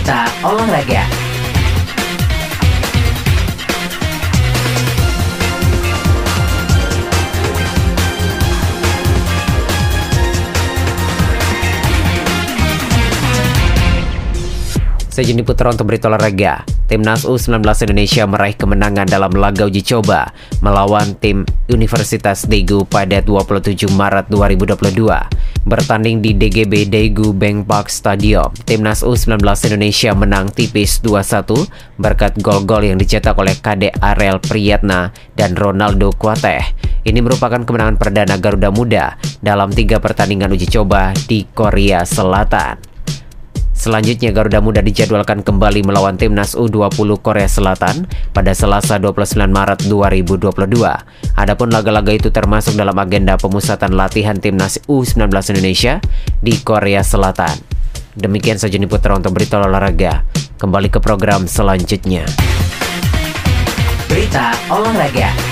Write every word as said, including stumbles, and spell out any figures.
Berita Olahraga. Saya Joni Putra untuk Berita Olahraga. Timnas U sembilan belas Indonesia meraih kemenangan dalam laga uji coba melawan tim Universitas Daegu pada dua puluh tujuh Maret dua ribu dua puluh dua. Bertanding di D G B Daegu Bank Park Stadium, Timnas U sembilan belas Indonesia menang tipis dua satu berkat gol-gol yang dicetak oleh K D Arel Priyatna dan Ronaldo Kuateh. Ini merupakan kemenangan perdana Garuda Muda dalam tiga pertandingan uji coba di Korea Selatan. Selanjutnya, Garuda Muda dijadwalkan kembali melawan Timnas U dua puluh Korea Selatan pada Selasa dua puluh sembilan Maret dua ribu dua puluh dua. Adapun laga-laga itu termasuk dalam agenda pemusatan latihan Timnas U sembilan belas Indonesia di Korea Selatan. Demikian saja Joni Putra untuk Berita Olahraga. Kembali ke program selanjutnya. Berita Olahraga.